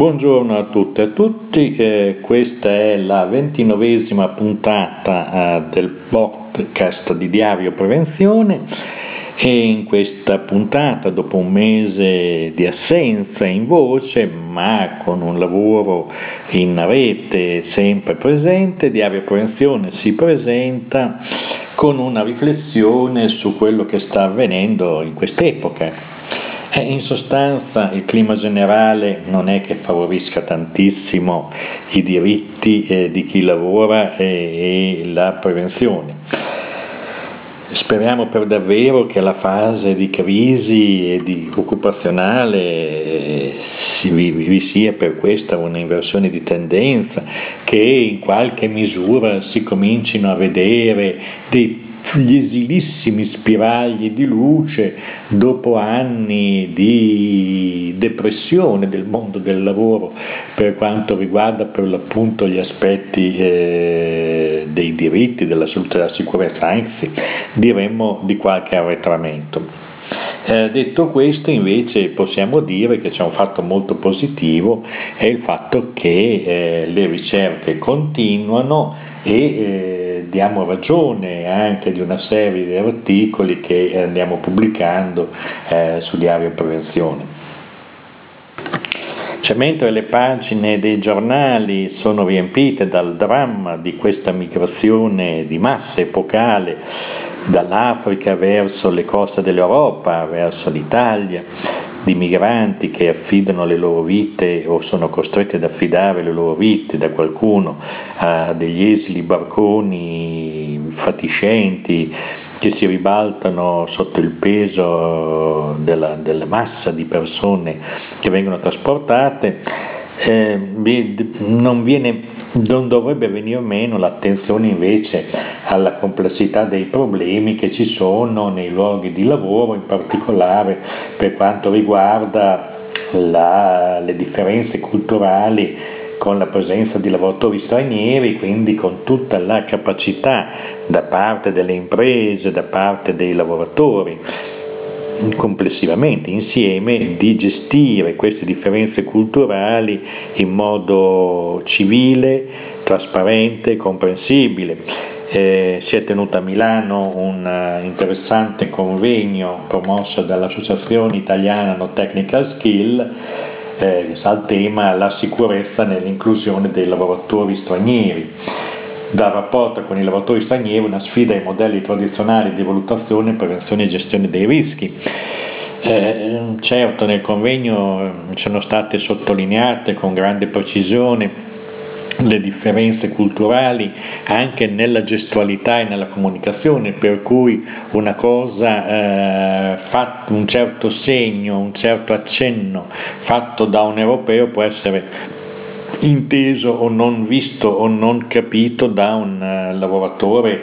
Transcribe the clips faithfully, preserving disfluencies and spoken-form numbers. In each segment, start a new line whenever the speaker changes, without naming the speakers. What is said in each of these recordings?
Buongiorno a tutte e a tutti, eh, questa è la ventinovesima puntata eh, del podcast di Diario Prevenzione e in questa puntata, dopo un mese di assenza in voce ma con un lavoro in rete sempre presente, Diario Prevenzione si presenta con una riflessione su quello che sta avvenendo in quest'epoca. In sostanza il clima generale non è che favorisca tantissimo i diritti eh, di chi lavora e, e la prevenzione. Speriamo per davvero che la fase di crisi e di occupazionale eh, si, vi, vi sia per questa un'inversione di tendenza, che in qualche misura si comincino a vedere dei gli esilissimi spiragli di luce dopo anni di depressione del mondo del lavoro per quanto riguarda per l'appunto gli aspetti eh, dei diritti, della salute e della sicurezza, anzi diremmo di qualche arretramento. Eh, detto questo, invece, possiamo dire che c'è un fatto molto positivo, è il fatto che eh, le ricerche continuano e eh, diamo ragione anche di una serie di articoli che andiamo pubblicando eh, su Diario Prevenzione. Cioè, mentre le pagine dei giornali sono riempite dal dramma di questa migrazione di massa epocale dall'Africa verso le coste dell'Europa, verso l'Italia, di migranti che affidano le loro vite o sono costretti ad affidare le loro vite da qualcuno a degli esili barconi fatiscenti che si ribaltano sotto il peso della, della massa di persone che vengono trasportate, eh, non viene non dovrebbe venire meno l'attenzione invece alla complessità dei problemi che ci sono nei luoghi di lavoro, in particolare per quanto riguarda la, le differenze culturali con la presenza di lavoratori stranieri, quindi con tutta la capacità da parte delle imprese, da parte dei lavoratori, complessivamente insieme, di gestire queste differenze culturali in modo civile, trasparente, comprensibile. Eh, si è tenuto a Milano un uh, interessante convegno promosso dall'Associazione Italiana No Technical Skill eh, al tema la sicurezza nell'inclusione dei lavoratori stranieri. Dal rapporto con i lavoratori stranieri una sfida ai modelli tradizionali di valutazione, prevenzione e gestione dei rischi. Eh, certo, nel convegno sono state sottolineate con grande precisione le differenze culturali anche nella gestualità e nella comunicazione, per cui una cosa, eh, fatto, un certo segno, un certo accenno fatto da un europeo può essere inteso o non visto o non capito da un uh, lavoratore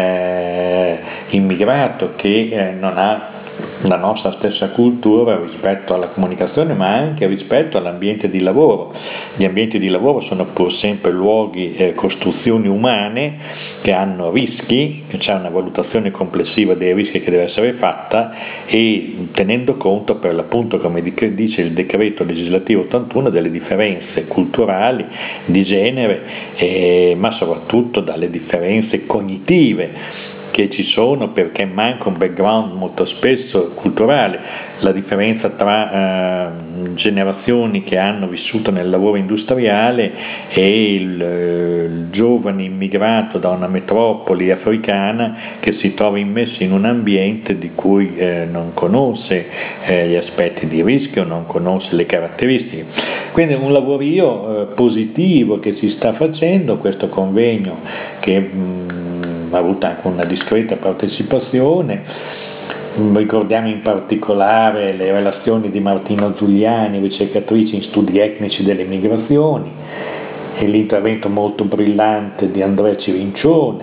eh, immigrato che eh, non ha la nostra stessa cultura rispetto alla comunicazione, ma anche rispetto all'ambiente di lavoro. Gli ambienti di lavoro sono pur sempre luoghi, eh, costruzioni umane che hanno rischi, c'è una valutazione complessiva dei rischi che deve essere fatta e tenendo conto per l'appunto, come dice il decreto legislativo ottantuno, delle differenze culturali, di genere, eh, ma soprattutto dalle differenze cognitive che ci sono, perché manca un background molto spesso culturale, la differenza tra eh, generazioni che hanno vissuto nel lavoro industriale e il, eh, il giovane immigrato da una metropoli africana che si trova immesso in un ambiente di cui eh, non conosce eh, gli aspetti di rischio, non conosce le caratteristiche. Quindi è un lavorio eh, positivo che si sta facendo, questo convegno che mh, ha avuto anche una discreta partecipazione. Ricordiamo in particolare le relazioni di Martina Zuliani, ricercatrice in studi etnici delle migrazioni, e l'intervento molto brillante di Andrea Cirincione,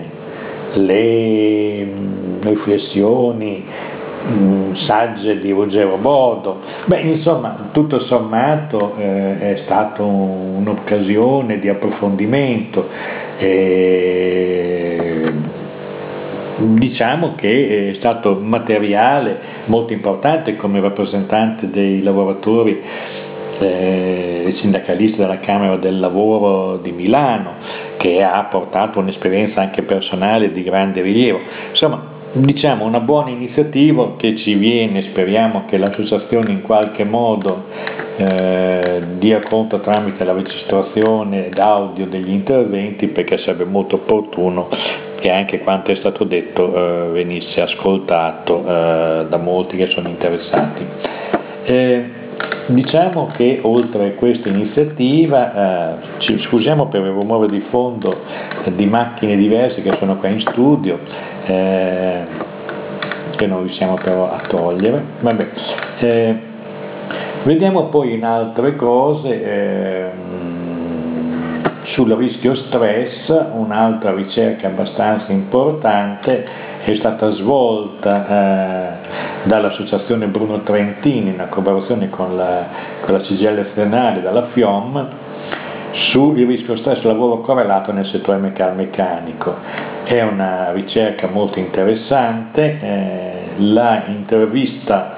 le mh, riflessioni mh, sagge di Ruggero Bodo. Beh, insomma, tutto sommato eh, è stata un'occasione di approfondimento. Eh, Diciamo che è stato materiale molto importante come rappresentante dei lavoratori eh, il sindacalista della Camera del Lavoro di Milano, che ha portato un'esperienza anche personale di grande rilievo. Insomma, diciamo una buona iniziativa che ci viene, speriamo che l'associazione in qualche modo eh, dia conto tramite la registrazione d'audio degli interventi, perché sarebbe molto opportuno che anche quanto è stato detto eh, venisse ascoltato eh, da molti che sono interessati. Eh, diciamo che oltre a questa iniziativa, eh, ci scusiamo per il rumore di fondo eh, di macchine diverse che sono qua in studio, eh, che non riusciamo però a togliere. Vabbè. Eh, vediamo poi in altre cose. Eh, sul rischio stress, un'altra ricerca abbastanza importante è stata svolta eh, dall'associazione Bruno Trentini in collaborazione con la, con la C G I L nazionale, dalla F I O M, sul rischio stress lavoro correlato nel settore meccanico. È una ricerca molto interessante, eh, la intervista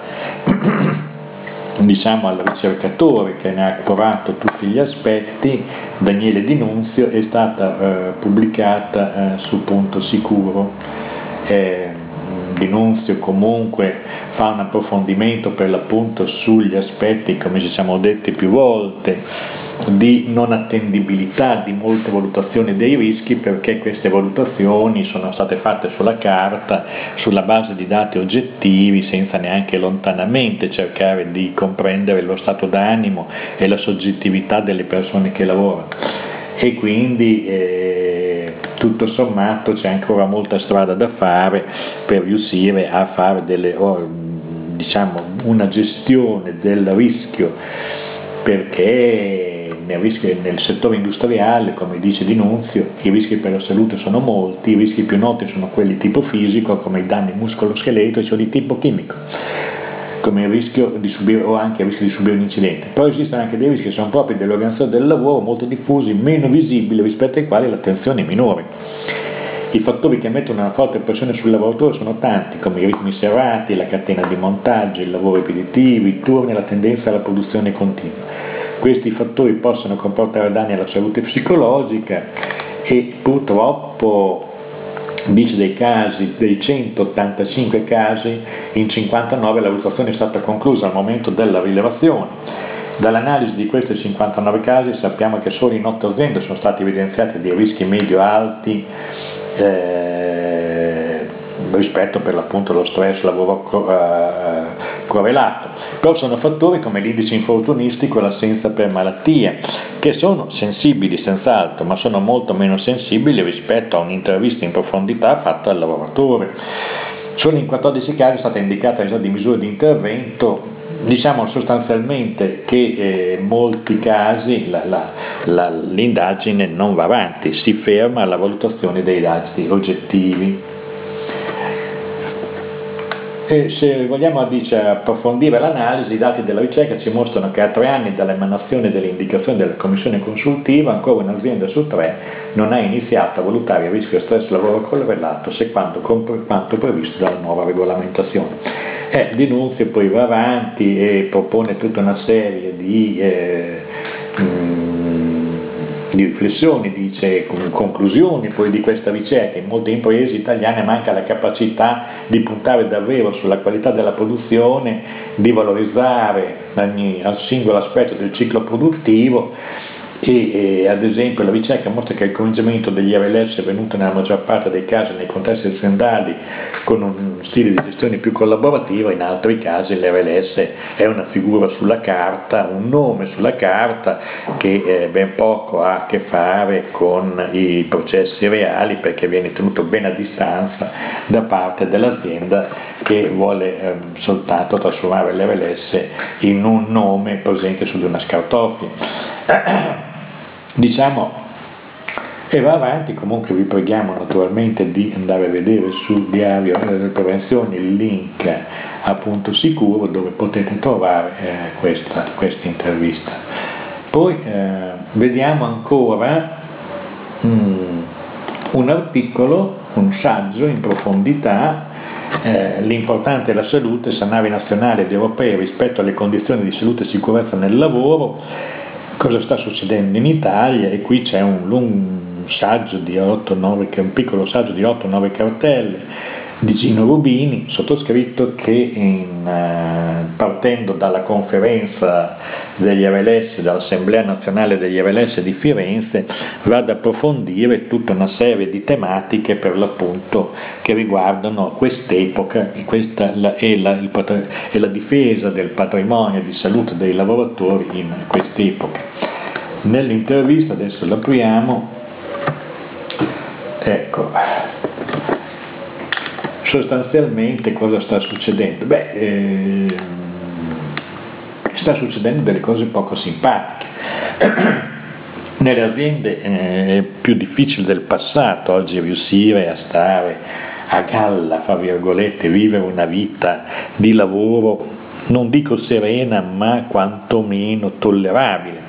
diciamo al ricercatore che ne ha curato tutti gli aspetti, Daniele Di Nunzio, è stata eh, pubblicata eh, su Punto Sicuro. Eh, Di Nunzio comunque fa un approfondimento per l'appunto sugli aspetti, come ci siamo detti più volte, di non attendibilità di molte valutazioni dei rischi, perché queste valutazioni sono state fatte sulla carta, sulla base di dati oggettivi, senza neanche lontanamente cercare di comprendere lo stato d'animo e la soggettività delle persone che lavorano. E quindi eh, tutto sommato c'è ancora molta strada da fare per riuscire a fare delle, diciamo, una gestione del rischio, perché nel, rischio, nel settore industriale, come dice Di Nunzio, i rischi per la salute sono molti, i rischi più noti sono quelli tipo fisico, come i danni muscoloscheletrici, o di tipo chimico, come il rischio di subire, o anche il rischio di subire un incidente. Poi esistono anche dei rischi che sono propri dell'organizzazione del lavoro, molto diffusi, meno visibili, rispetto ai quali l'attenzione è minore. I fattori che mettono una forte pressione sul lavoratore sono tanti, come i ritmi serrati, la catena di montaggio, il lavoro ripetitivo, i turni e la tendenza alla produzione continua. Questi fattori possono comportare danni alla salute psicologica e purtroppo, dice dei casi, dei centottantacinque casi, in cinquantanove la valutazione è stata conclusa al momento della rilevazione. Dall'analisi di questi cinquantanove casi sappiamo che solo in otto aziende sono stati evidenziati dei rischi medio-alti eh, rispetto per l'appunto lo stress lavoro eh, correlato. Però sono fattori come l'indice infortunistico e l'assenza per malattia, che sono sensibili senz'altro, ma sono molto meno sensibili rispetto a un'intervista in profondità fatta al lavoratore. Solo in quattordici casi è stata indicata la di misure di intervento, diciamo sostanzialmente che in eh, molti casi la, la, la, l'indagine non va avanti, si ferma alla valutazione dei dati oggettivi. E se vogliamo dice, approfondire l'analisi, i dati della ricerca ci mostrano che a tre anni dall'emanazione delle indicazioni della commissione consultiva ancora un'azienda su tre non ha iniziato a valutare il rischio stress lavoro correlato secondo quanto previsto dalla nuova regolamentazione. Eh, Di Nunzio poi va avanti e propone tutta una serie di eh, mh, di riflessioni, dice conclusioni poi di questa ricerca. In molte imprese italiane manca la capacità di puntare davvero sulla qualità della produzione, di valorizzare ogni singolo aspetto del ciclo produttivo e, e ad esempio la ricerca mostra che il coinvolgimento degli R L S è avvenuto nella maggior parte dei casi nei contesti aziendali con un stile di gestione più collaborativo, in altri casi l'R L S è una figura sulla carta, un nome sulla carta che eh, ben poco ha a che fare con i processi reali, perché viene tenuto ben a distanza da parte dell'azienda che vuole eh, soltanto trasformare l'R L S in un nome presente su di una scartoffia. Diciamo, e va avanti. Comunque vi preghiamo naturalmente di andare a vedere sul diario delle prevenzioni il link a Punto Sicuro dove potete trovare eh, questa, questa intervista. Poi eh, vediamo ancora mm, un articolo, un saggio in profondità eh, l'importante è la salute sanitaria nazionale ed europea rispetto alle condizioni di salute e sicurezza nel lavoro, cosa sta succedendo in Italia, e qui c'è un lungo saggio di otto nove, un piccolo saggio di otto nove cartelle di Gino Rubini, sottoscritto, che in, eh, partendo dalla conferenza degli R L S, dall'Assemblea Nazionale degli R L S di Firenze, va ad approfondire tutta una serie di tematiche per l'appunto che riguardano quest'epoca e, questa, la, e, la, il, e la difesa del patrimonio di salute dei lavoratori in quest'epoca. Nell'intervista, adesso l'apriamo, ecco, sostanzialmente cosa sta succedendo? Beh, eh, sta succedendo delle cose poco simpatiche. Nelle aziende eh, è più difficile del passato oggi riuscire a stare a galla, fra virgolette, vivere una vita di lavoro, non dico serena, ma quantomeno tollerabile.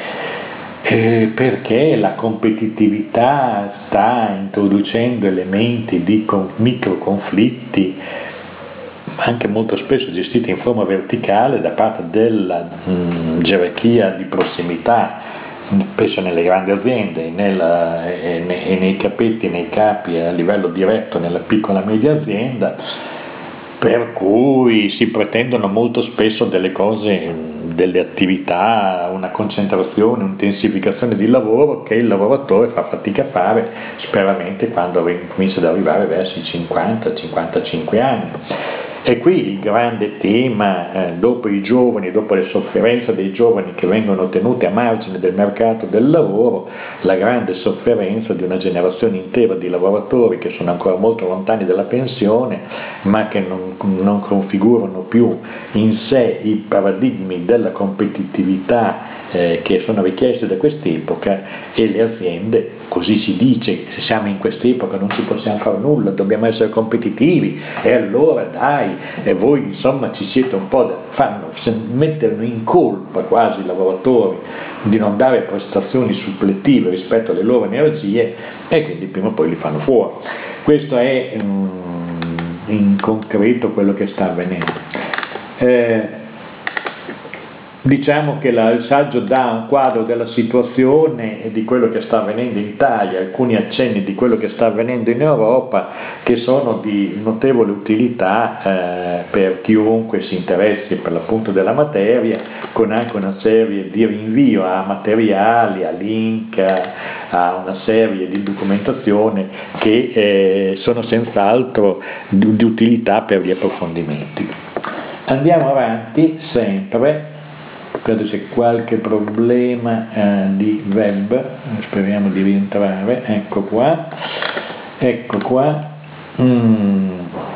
Eh, perché la competitività sta introducendo elementi di con- microconflitti, anche molto spesso gestiti in forma verticale da parte della mh, gerarchia di prossimità, spesso nelle grandi aziende nella, e, e nei capetti, nei capi a livello diretto nella piccola e media azienda, per cui si pretendono molto spesso delle cose, delle attività, una concentrazione, un'intensificazione di lavoro che il lavoratore fa fatica a fare, speramente quando comincia ad arrivare verso i cinquanta cinquantacinque anni. E qui il grande tema, eh, dopo i giovani, dopo le sofferenze dei giovani che vengono tenute a margine del mercato del lavoro, la grande sofferenza di una generazione intera di lavoratori che sono ancora molto lontani dalla pensione, ma che non, non configurano più in sé i paradigmi della competitività eh, che sono richiesti da quest'epoca, e le aziende, così si dice, se siamo in quest'epoca non ci possiamo fare nulla, dobbiamo essere competitivi, e allora dai, e voi insomma ci siete un po' da, fanno, mettono in colpa quasi i lavoratori di non dare prestazioni suppletive rispetto alle loro energie, e quindi prima o poi li fanno fuori. Questo è um, in concreto quello che sta avvenendo. Eh, Diciamo che la, il saggio dà un quadro della situazione e di quello che sta avvenendo in Italia, alcuni accenni di quello che sta avvenendo in Europa, che sono di notevole utilità eh, per chiunque si interessi per l'appunto della materia, con anche una serie di rinvio a materiali, a link, a una serie di documentazione che eh, sono senz'altro di, di utilità per gli approfondimenti. Andiamo avanti sempre. Credo c'è qualche problema eh, di web, speriamo di rientrare, ecco qua, ecco qua. Mm.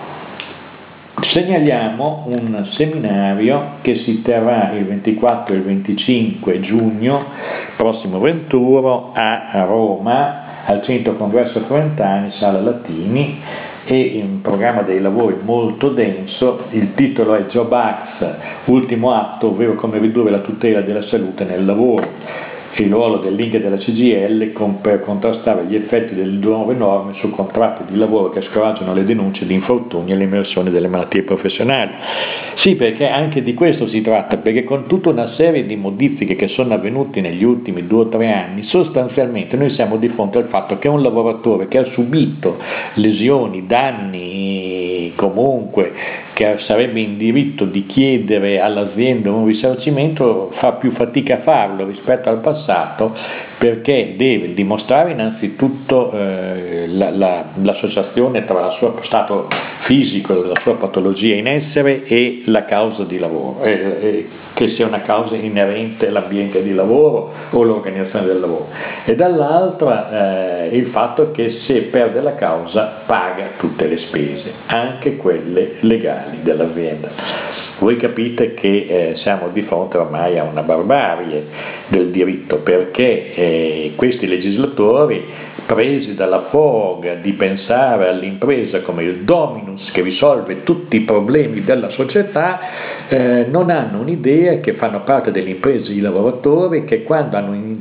Segnaliamo un seminario che si terrà il ventiquattro e il venticinque giugno, prossimo ventuno, a Roma, al Centro Congresso Frentani, Sala Latini, e un programma dei lavori molto denso. Il titolo è Job Acts, ultimo atto, ovvero come ridurre la tutela della salute nel lavoro, il ruolo del link della C G I L con, per contrastare gli effetti delle nuove norme su contratti di lavoro che scoraggiano le denunce di infortuni e l'emersione delle malattie professionali. Sì, perché anche di questo si tratta, perché con tutta una serie di modifiche che sono avvenute negli ultimi due o tre anni, sostanzialmente noi siamo di fronte al fatto che un lavoratore che ha subito lesioni, danni, comunque che sarebbe in diritto di chiedere all'azienda un risarcimento, fa più fatica a farlo rispetto al passato, perché deve dimostrare innanzitutto eh, la, la, l'associazione tra il suo stato fisico, la sua patologia in essere e la causa di lavoro, eh, eh, che sia una causa inerente all'ambiente di lavoro o l'organizzazione del lavoro, e dall'altra eh, il fatto che se perde la causa paga tutte le spese, anche quelle legali dell'azienda. Voi capite che eh, siamo di fronte ormai a una barbarie del diritto, perché eh, questi legislatori, presi dalla foga di pensare all'impresa come il dominus che risolve tutti i problemi della società, eh, non hanno un'idea che fanno parte dell'impresa i lavoratori, che quando hanno in,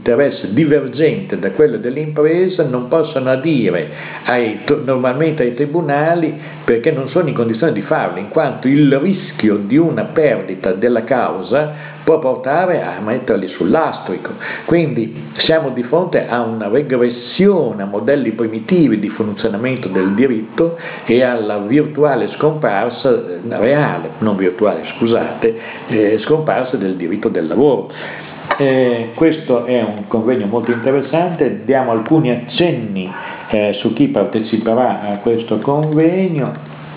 interesse divergente da quello dell'impresa non possono adire ai, normalmente ai tribunali, perché non sono in condizione di farlo, in quanto il rischio di una perdita della causa può portare a metterli sull'astrico. Quindi siamo di fronte a una regressione a modelli primitivi di funzionamento del diritto e alla virtuale scomparsa, reale, non virtuale, scusate, eh, scomparsa del diritto del lavoro. Eh, questo è un convegno molto interessante, diamo alcuni accenni eh, su chi parteciperà a questo convegno.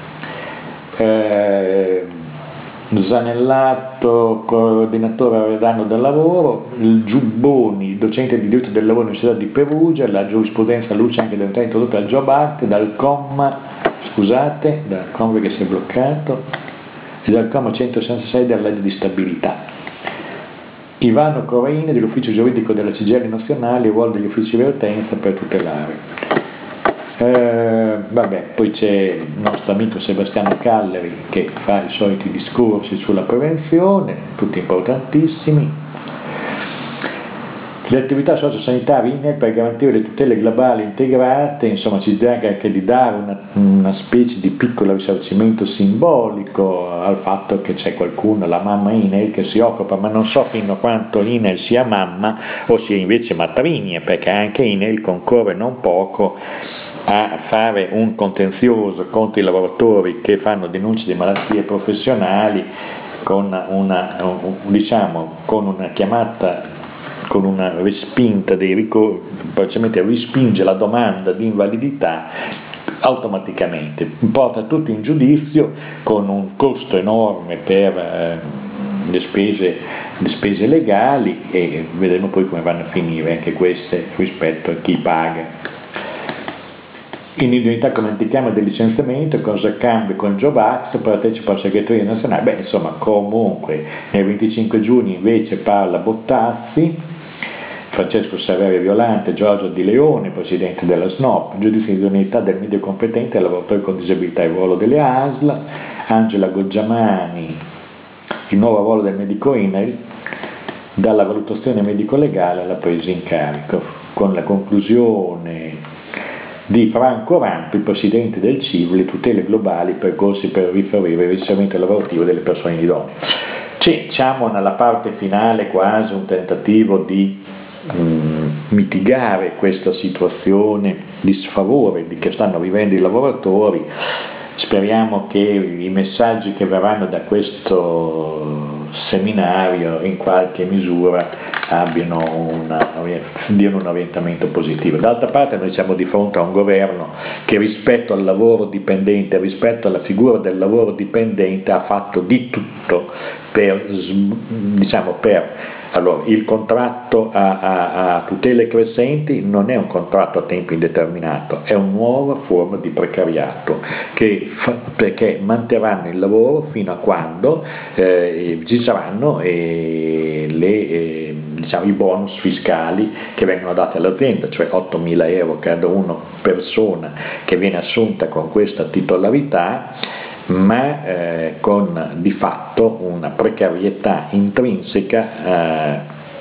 Eh, Zanellato, coordinatore Arredano del lavoro, il Giubboni, docente di diritto del lavoro all'Università di Perugia, la giurisprudenza luce anche dell'unità introdotta al Job Act, dal comma, scusate, dal comma che si è bloccato, e dal comma centosessantasei della legge di stabilità. Ivano Coraini dell'ufficio giuridico della C G I L nazionale, ruolo degli uffici vertenza per tutelare. Eh, vabbè, poi c'è il nostro amico Sebastiano Calleri che fa i soliti discorsi sulla prevenzione, tutti importantissimi. Le attività sociosanitarie I N E L per garantire le tutele globali integrate, insomma si cerca anche di dare una, una specie di piccolo risarcimento simbolico al fatto che c'è qualcuno, la mamma I N E L, che si occupa, ma non so fino a quanto I N E L sia mamma o sia invece matrigna, perché anche I N E L concorre non poco a fare un contenzioso contro i lavoratori che fanno denunce di malattie professionali con una, diciamo, con una chiamata, con una respinta dei ricorsi, praticamente respinge la domanda di invalidità automaticamente, porta tutto in giudizio con un costo enorme per eh, le spese, le spese legali, e vedremo poi come vanno a finire anche queste rispetto a chi paga. Individualità come anticamera del licenziamento, cosa cambia con il Job Act, partecipa alla segreteria nazionale. Beh, insomma, comunque nel venticinque giugno invece parla Bottazzi, Francesco Saverio Violante, Giorgio Di Leone, presidente della S N O P, giudice di idoneità del medio competente ai lavoratori con disabilità e ruolo delle A S L, Angela Goggiamani, il nuovo ruolo del medico I N E L, dalla valutazione medico-legale alla presa in carico, con la conclusione di Franco Rampi, presidente del C I V, le tutele globali, percorsi per rifavorire il reinserimento lavorativo delle persone idonee. C'è, diciamo, nella parte finale quasi un tentativo di mh, mitigare questa situazione di sfavore di che stanno vivendo i lavoratori. Speriamo che i messaggi che verranno da questo seminario in qualche misura abbiano una, diano un orientamento positivo. D'altra parte noi siamo di fronte a un governo che rispetto al lavoro dipendente, rispetto alla figura del lavoro dipendente, ha fatto di tutto per, diciamo, per allora, il contratto a, a, a tutele crescenti non è un contratto a tempo indeterminato, è una nuova forma di precariato che fa, perché manterranno il lavoro fino a quando eh, ci saranno eh, le, eh, diciamo, i bonus fiscali che vengono dati all'azienda, cioè ottomila euro cada una persona che viene assunta con questa titolarità, ma eh, con di fatto una precarietà intrinseca eh,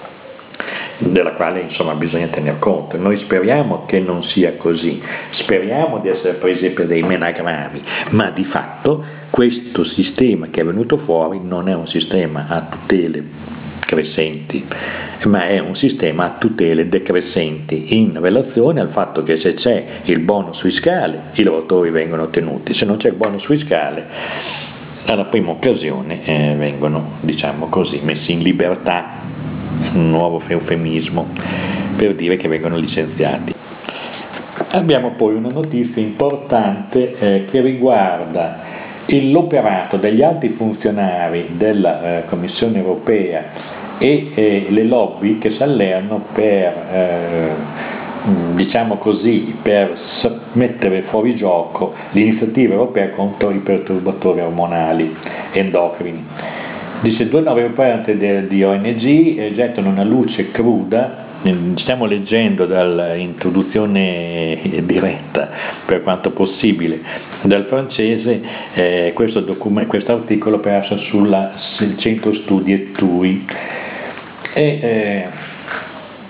della quale insomma bisogna tener conto. Noi speriamo che non sia così, speriamo di essere presi per dei menagrami, ma di fatto questo sistema che è venuto fuori non è un sistema a tutele crescenti, ma è un sistema a tutele decrescenti in relazione al fatto che se c'è il bonus fiscale i lavoratori vengono tenuti, se non c'è il bonus fiscale alla prima occasione eh, vengono, diciamo così, messi in libertà, un nuovo eufemismo per dire che vengono licenziati. Abbiamo poi una notizia importante eh, che riguarda l'operato degli alti funzionari della eh, Commissione europea e eh, le lobby che si alleano per, eh, diciamo così, per mettere fuori gioco l'iniziativa europea contro i perturbatori ormonali endocrini. Dice, due nuove opere di O N G eh, gettano una luce cruda. Stiamo leggendo dall'introduzione diretta, per quanto possibile, dal francese, eh, questo, document- questo articolo perso sul centro studi e T U I. E, eh,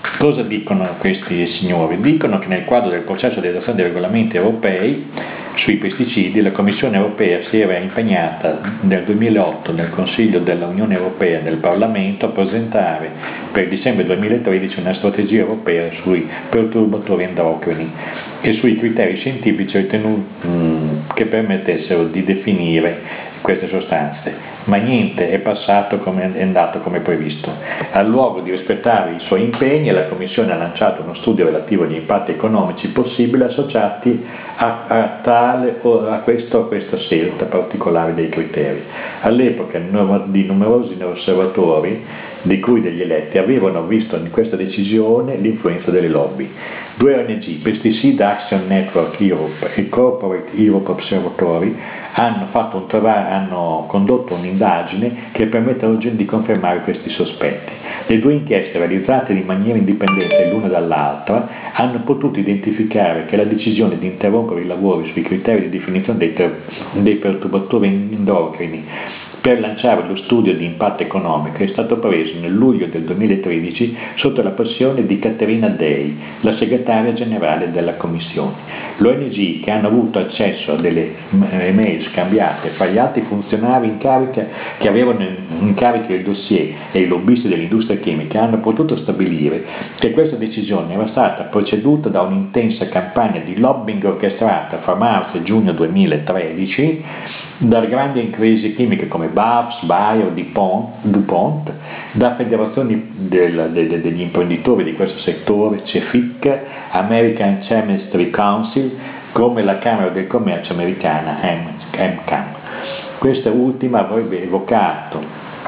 Cosa dicono questi signori? Dicono che nel quadro del processo di adozione dei regolamenti europei sui pesticidi la Commissione europea si era impegnata nel duemilaotto nel Consiglio dell'Unione Europea e nel Parlamento a presentare per dicembre duemilatredici una strategia europea sui perturbatori endocrini e sui criteri scientifici ritenuti mh, che permettessero di definire queste sostanze, ma niente è passato come è andato come previsto. Al luogo di rispettare i suoi impegni, la Commissione ha lanciato uno studio relativo agli impatti economici possibili associati a, a, tale, a, questo, a questa scelta particolare dei criteri. All'epoca di numerosi osservatori, di cui degli eletti, avevano visto in questa decisione l'influenza delle lobby. Due O N G, Pesticide Action Network Europe e Corporate Europe Observatory, hanno, fatto un trava- hanno condotto un'indagine che permette oggi di confermare questi sospetti. Le due inchieste, realizzate in maniera indipendente l'una dall'altra, hanno potuto identificare che la decisione di interrompere i lavori sui criteri di definizione dei, ter- dei perturbatori endocrini per lanciare lo studio di impatto economico è stato preso nel luglio del duemilatredici sotto la pressione di Caterina Day, la segretaria generale della Commissione. L'O N G, che hanno avuto accesso a delle email scambiate fra gli altri funzionari in carica che avevano in carica il dossier e i lobbisti dell'industria chimica, hanno potuto stabilire che questa decisione era stata preceduta da un'intensa campagna di lobbying orchestrata fra marzo e giugno duemilatredici da grandi imprese chimiche come B A S F, Bayer, DuPont, DuPont da federazioni del, de, de, degli imprenditori di questo settore, C E F I C, American Chemistry Council, come la Camera del Commercio americana M C A M. Questa ultima avrebbe evocato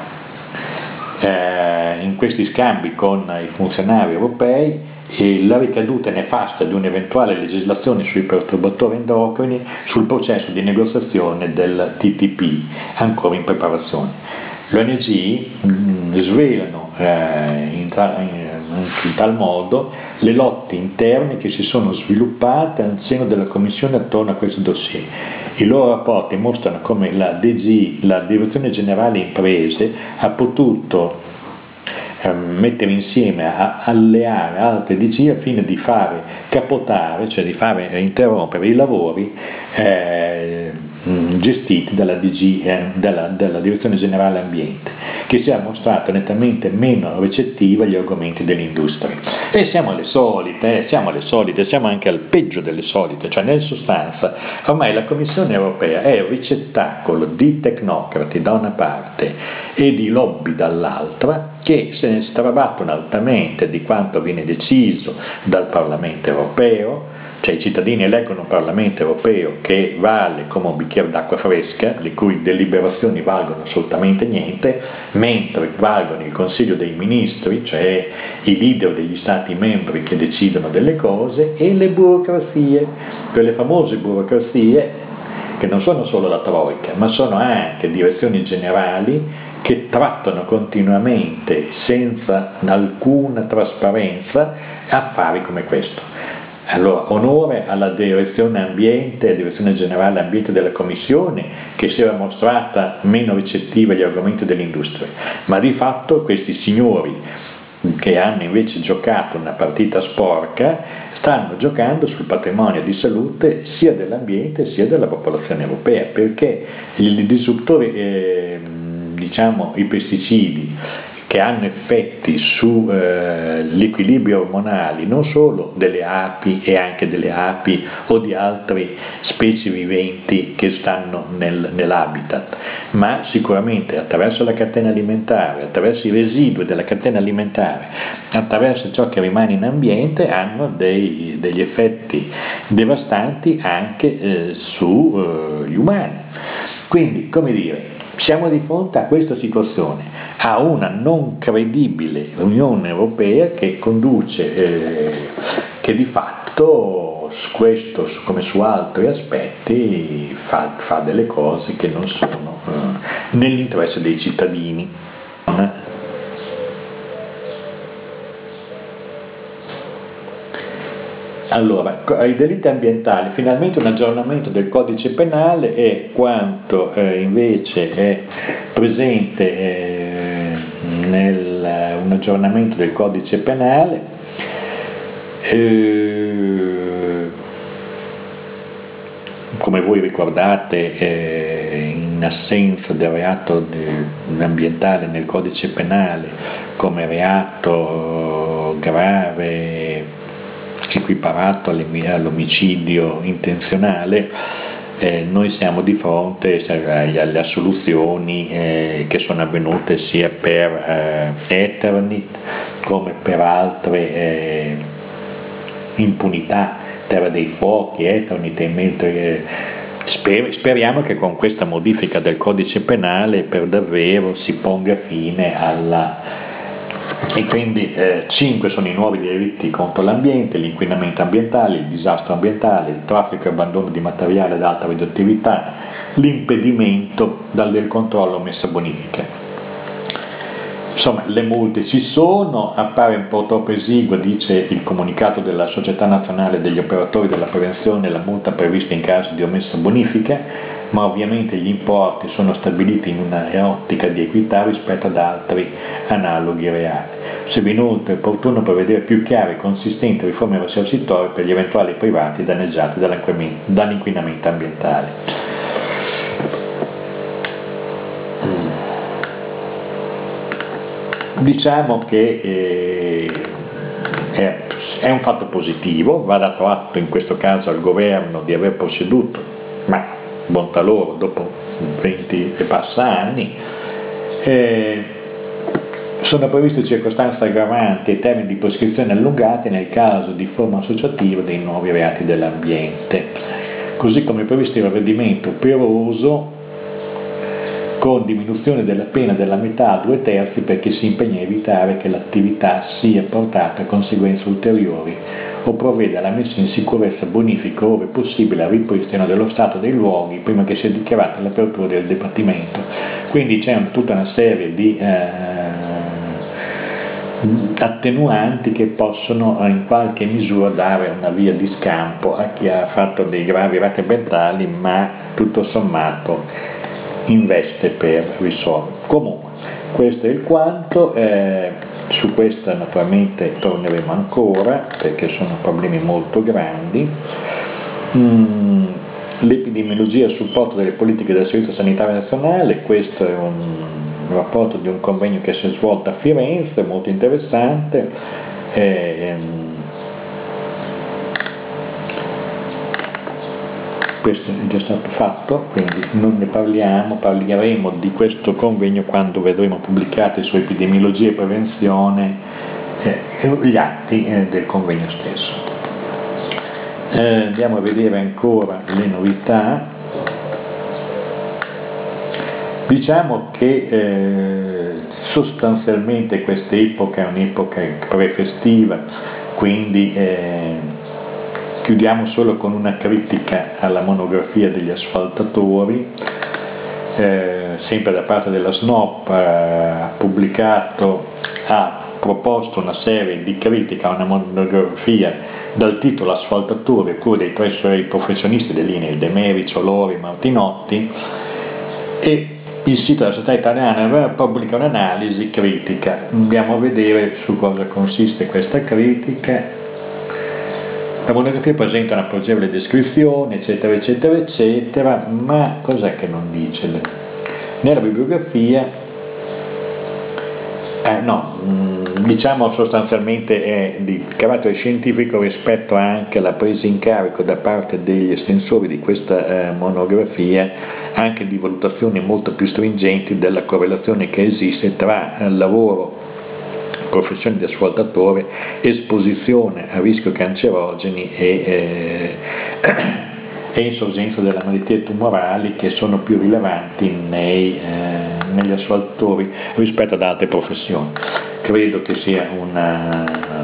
eh, in questi scambi con i funzionari europei e la ricaduta nefasta di un'eventuale legislazione sui perturbatori endocrini sul processo di negoziazione del T T P, ancora in preparazione. L'O N G mh, svelano eh, in, ta- in, in tal modo le lotte interne che si sono sviluppate al seno della Commissione attorno a questo dossier. I loro rapporti mostrano come la D G, la Direzione Generale Imprese, ha potuto mettere insieme, a alleare altre D G al fine di fare capotare, cioè di fare interrompere i lavori eh, gestiti dalla D G, eh, dalla, dalla Direzione Generale Ambiente, che si è mostrata nettamente meno recettiva agli argomenti dell'industria. E siamo alle solite, eh, siamo alle solite, siamo anche al peggio delle solite, cioè nel sostanza ormai la Commissione Europea è un ricettacolo di tecnocrati da una parte e di lobby dall'altra, che se ne strabattono altamente di quanto viene deciso dal Parlamento Europeo, cioè i cittadini eleggono un Parlamento Europeo che vale come un bicchiere d'acqua fresca, le cui deliberazioni valgono assolutamente niente, mentre valgono il Consiglio dei Ministri, cioè i leader degli Stati membri che decidono delle cose, e le burocrazie, quelle famose burocrazie che non sono solo la Troica, ma sono anche direzioni generali che trattano continuamente, senza alcuna trasparenza, affari come questo. Allora, onore alla direzione ambiente, direzione generale ambiente della Commissione, che si era mostrata meno ricettiva agli argomenti dell'industria, ma di fatto questi signori che hanno invece giocato una partita sporca stanno giocando sul patrimonio di salute sia dell'ambiente sia della popolazione europea, perché i disruptori eh, diciamo i pesticidi che hanno effetti sull'equilibrio eh, ormonali non solo delle api e anche delle api o di altre specie viventi che stanno nel, nell'habitat, ma sicuramente attraverso la catena alimentare, attraverso i residui della catena alimentare, attraverso ciò che rimane in ambiente, hanno dei, degli effetti devastanti anche eh, sugli eh, umani. Quindi, come dire, siamo di fronte a questa situazione, a una non credibile Unione Europea che conduce, eh, che di fatto su questo come su altri aspetti fa, fa delle cose che non sono eh, nell'interesse dei cittadini. Allora, ai delitti ambientali, finalmente un aggiornamento del codice penale e quanto eh, invece è presente eh, nel un aggiornamento del codice penale Eh, come voi ricordate, eh, in assenza del reato de, ambientale nel codice penale come reato grave equiparato all'omicidio intenzionale, eh, noi siamo di fronte alle assoluzioni eh, che sono avvenute sia per eh, Eternit come per altre eh, impunità, Terra dei Fuochi, Eternit, mentre eh, sper- speriamo che con questa modifica del codice penale per davvero si ponga fine alla. E quindi eh, cinque sono i nuovi delitti contro l'ambiente: l'inquinamento ambientale, il disastro ambientale, il traffico e abbandono di materiale ad alta radioattività, l'impedimento dal del controllo messa bonifica. Insomma, le multe ci sono, appare un po' troppo esigua, dice il comunicato della Società Nazionale degli Operatori della Prevenzione, la multa prevista in caso di omessa bonifica, ma ovviamente gli importi sono stabiliti in una ottica di equità rispetto ad altri analoghi reali. Sarebbe inoltre opportuno prevedere più chiare e consistenti riforme risarcitorie per gli eventuali privati danneggiati dall'inquinamento ambientale. Diciamo che eh, è, è un fatto positivo, va dato atto in questo caso al governo di aver proceduto, ma bontà loro, dopo venti e passa anni. Eh, sono previste circostanze aggravanti e termini di prescrizione allungati nel caso di forma associativa dei nuovi reati dell'ambiente, così come previsto il ravvedimento operoso con diminuzione della pena della metà a due terzi per chi si impegna a evitare che l'attività sia portata a conseguenze ulteriori o provvede alla messa in sicurezza bonifica ove possibile al ripristino dello stato dei luoghi prima che sia dichiarata l'apertura del dibattimento. Quindi c'è tutta una serie di eh, attenuanti che possono in qualche misura dare una via di scampo a chi ha fatto dei gravi reati ambientali, ma tutto sommato investe per risolvere. Comunque, questo è il quanto, eh, su questo naturalmente torneremo ancora perché sono problemi molto grandi. Mm, l'epidemiologia a supporto delle politiche del Servizio Sanitario Nazionale, questo è un rapporto di un convegno che si è svolto a Firenze, molto interessante. Eh, questo è già stato fatto, quindi non ne parliamo, parleremo di questo convegno quando vedremo pubblicati su epidemiologia e prevenzione eh, gli atti eh, del convegno stesso. Eh, andiamo a vedere ancora le novità. Diciamo che eh, sostanzialmente questa epoca è un'epoca prefestiva, quindi eh, chiudiamo solo con una critica alla monografia degli asfaltatori. Eh, sempre da parte della S N O P eh, ha pubblicato, ha proposto una serie di critiche a una monografia dal titolo Asfaltatori, oppure dei tre suoi professionisti dell'I N I L, De Mericio, Lori, Martinotti, e il sito della Società Italiana pubblica un'analisi critica. Andiamo a vedere su cosa consiste questa critica. La monografia presenta una pregevole descrizione, eccetera, eccetera, eccetera, ma cos'è che non dice? Nella bibliografia, eh, no, diciamo sostanzialmente è di carattere scientifico rispetto anche alla presa in carico da parte degli estensori di questa eh, monografia, anche di valutazioni molto più stringenti della correlazione che esiste tra eh, lavoro, professione di asfaltatore, esposizione a rischio cancerogeni e, eh, e insorgenza delle malattie tumorali, che sono più rilevanti nei, eh, negli asfaltatori rispetto ad altre professioni. Credo che sia una,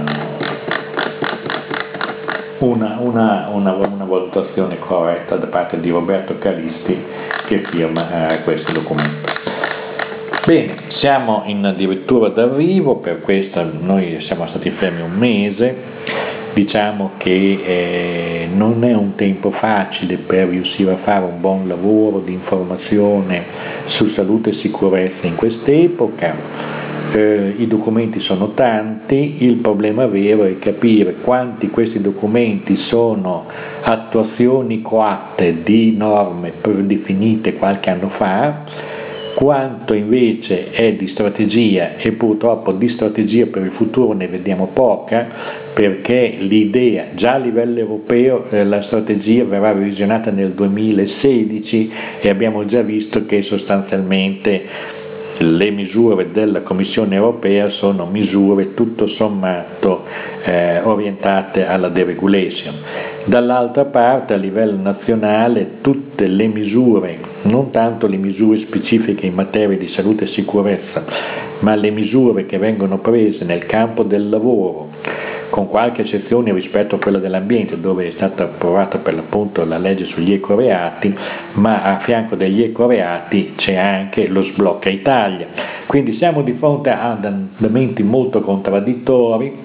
una, una, una, una valutazione corretta da parte di Roberto Calisti, che firma eh, questo documento. Bene, siamo in addirittura d'arrivo, per questo noi siamo stati fermi un mese. Diciamo che eh, non è un tempo facile per riuscire a fare un buon lavoro di informazione su salute e sicurezza in quest'epoca. Eh, I documenti sono tanti, il problema vero è capire quanti questi documenti sono attuazioni coatte di norme predefinite qualche anno fa, quanto invece è di strategia, e purtroppo di strategia per il futuro ne vediamo poca, perché l'idea, già a livello europeo eh, la strategia verrà revisionata nel duemilasedici e abbiamo già visto che sostanzialmente le misure della Commissione europea sono misure tutto sommato eh, orientate alla deregulation. Dall'altra parte, a livello nazionale, tutte le misure, non tanto le misure specifiche in materia di salute e sicurezza, ma le misure che vengono prese nel campo del lavoro, con qualche eccezione rispetto a quella dell'ambiente, dove è stata approvata per l'appunto la legge sugli ecoreati, ma a fianco degli ecoreati c'è anche lo sblocca Italia. Quindi siamo di fronte a andamenti molto contraddittori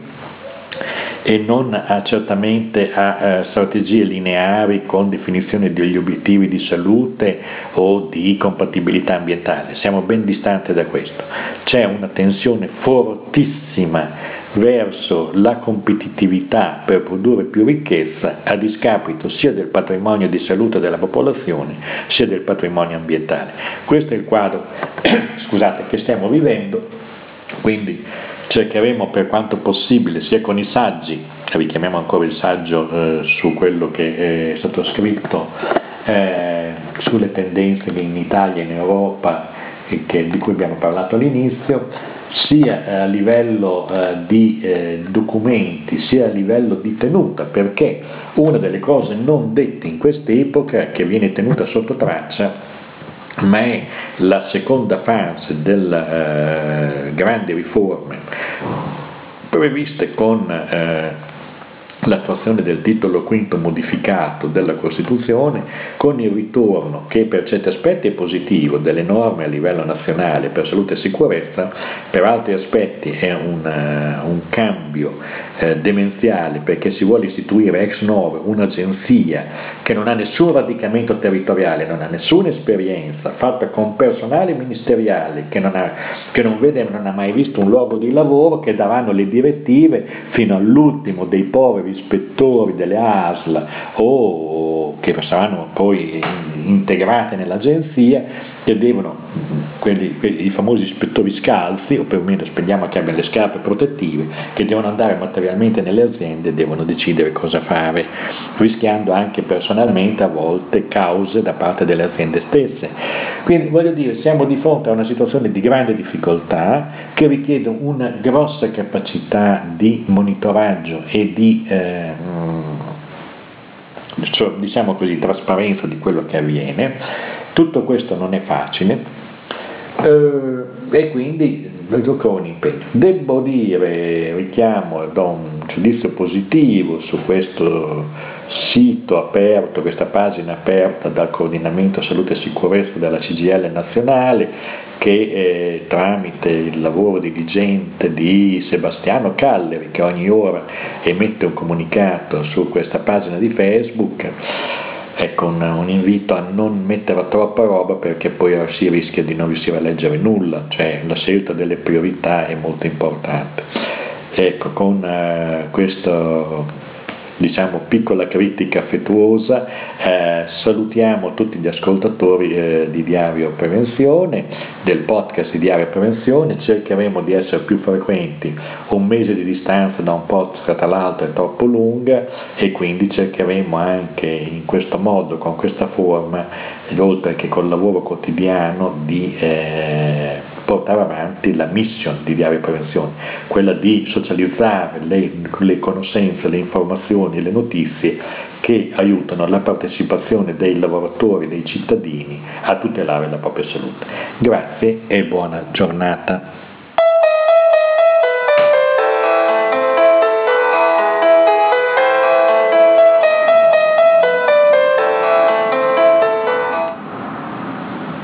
e non a, certamente a, a strategie lineari con definizione degli obiettivi di salute o di compatibilità ambientale. Siamo ben distanti da questo. C'è una tensione fortissima verso la competitività per produrre più ricchezza a discapito sia del patrimonio di salute della popolazione sia del patrimonio ambientale. Questo è il quadro scusate, che stiamo vivendo, quindi cercheremo per quanto possibile, sia con i saggi, richiamiamo ancora il saggio eh, su quello che è stato scritto eh, sulle tendenze in Italia e in Europa e che, di cui abbiamo parlato all'inizio, sia a livello eh, di eh, documenti sia a livello di tenuta, perché una delle cose non dette in quest'epoca, che viene tenuta sotto traccia, ma è la seconda fase delle eh, grandi riforme previste con eh, l'attuazione del titolo quinto modificato della Costituzione, con il ritorno, che per certi aspetti è positivo, delle norme a livello nazionale per salute e sicurezza, per altri aspetti è un, uh, un cambio eh, demenziale, perché si vuole istituire ex novo un'agenzia che non ha nessun radicamento territoriale, non ha nessuna esperienza, fatta con personale ministeriale che non, ha, che non vede, non ha mai visto un luogo di lavoro, che daranno le direttive fino all'ultimo dei poveri ispettori delle A S L o che saranno poi integrate nell'agenzia, che devono, quelli, quelli, i famosi ispettori scalzi, o perlomeno speriamo che abbiano le scarpe protettive, che devono andare materialmente nelle aziende e devono decidere cosa fare, rischiando anche personalmente a volte cause da parte delle aziende stesse. Quindi voglio dire, siamo di fronte a una situazione di grande difficoltà che richiede una grossa capacità di monitoraggio e di eh, diciamo così, trasparenza di quello che avviene. Tutto questo non è facile eh, e quindi gioco un impegno. Devo dire, richiamo, do un giudizio positivo su questo sito aperto, questa pagina aperta dal Coordinamento Salute e Sicurezza della C G I L nazionale, che eh, tramite il lavoro diligente di Sebastiano Calleri, che ogni ora emette un comunicato su questa pagina di Facebook, ecco un, un invito a non mettere troppa roba, perché poi si rischia di non riuscire a leggere nulla, cioè la scelta delle priorità è molto importante. Ecco, con eh, questo diciamo piccola critica affettuosa eh, salutiamo tutti gli ascoltatori eh, di Diario Prevenzione, del podcast di Diario Prevenzione. Cercheremo di essere più frequenti, un mese di distanza da un podcast all'altro è troppo lunga, e quindi cercheremo anche in questo modo, con questa forma, oltre che col lavoro quotidiano, di eh, portare avanti la mission di Diario Prevenzione, quella di socializzare le, le conoscenze, le informazioni, le notizie che aiutano la partecipazione dei lavoratori, dei cittadini a tutelare la propria salute. Grazie e buona giornata.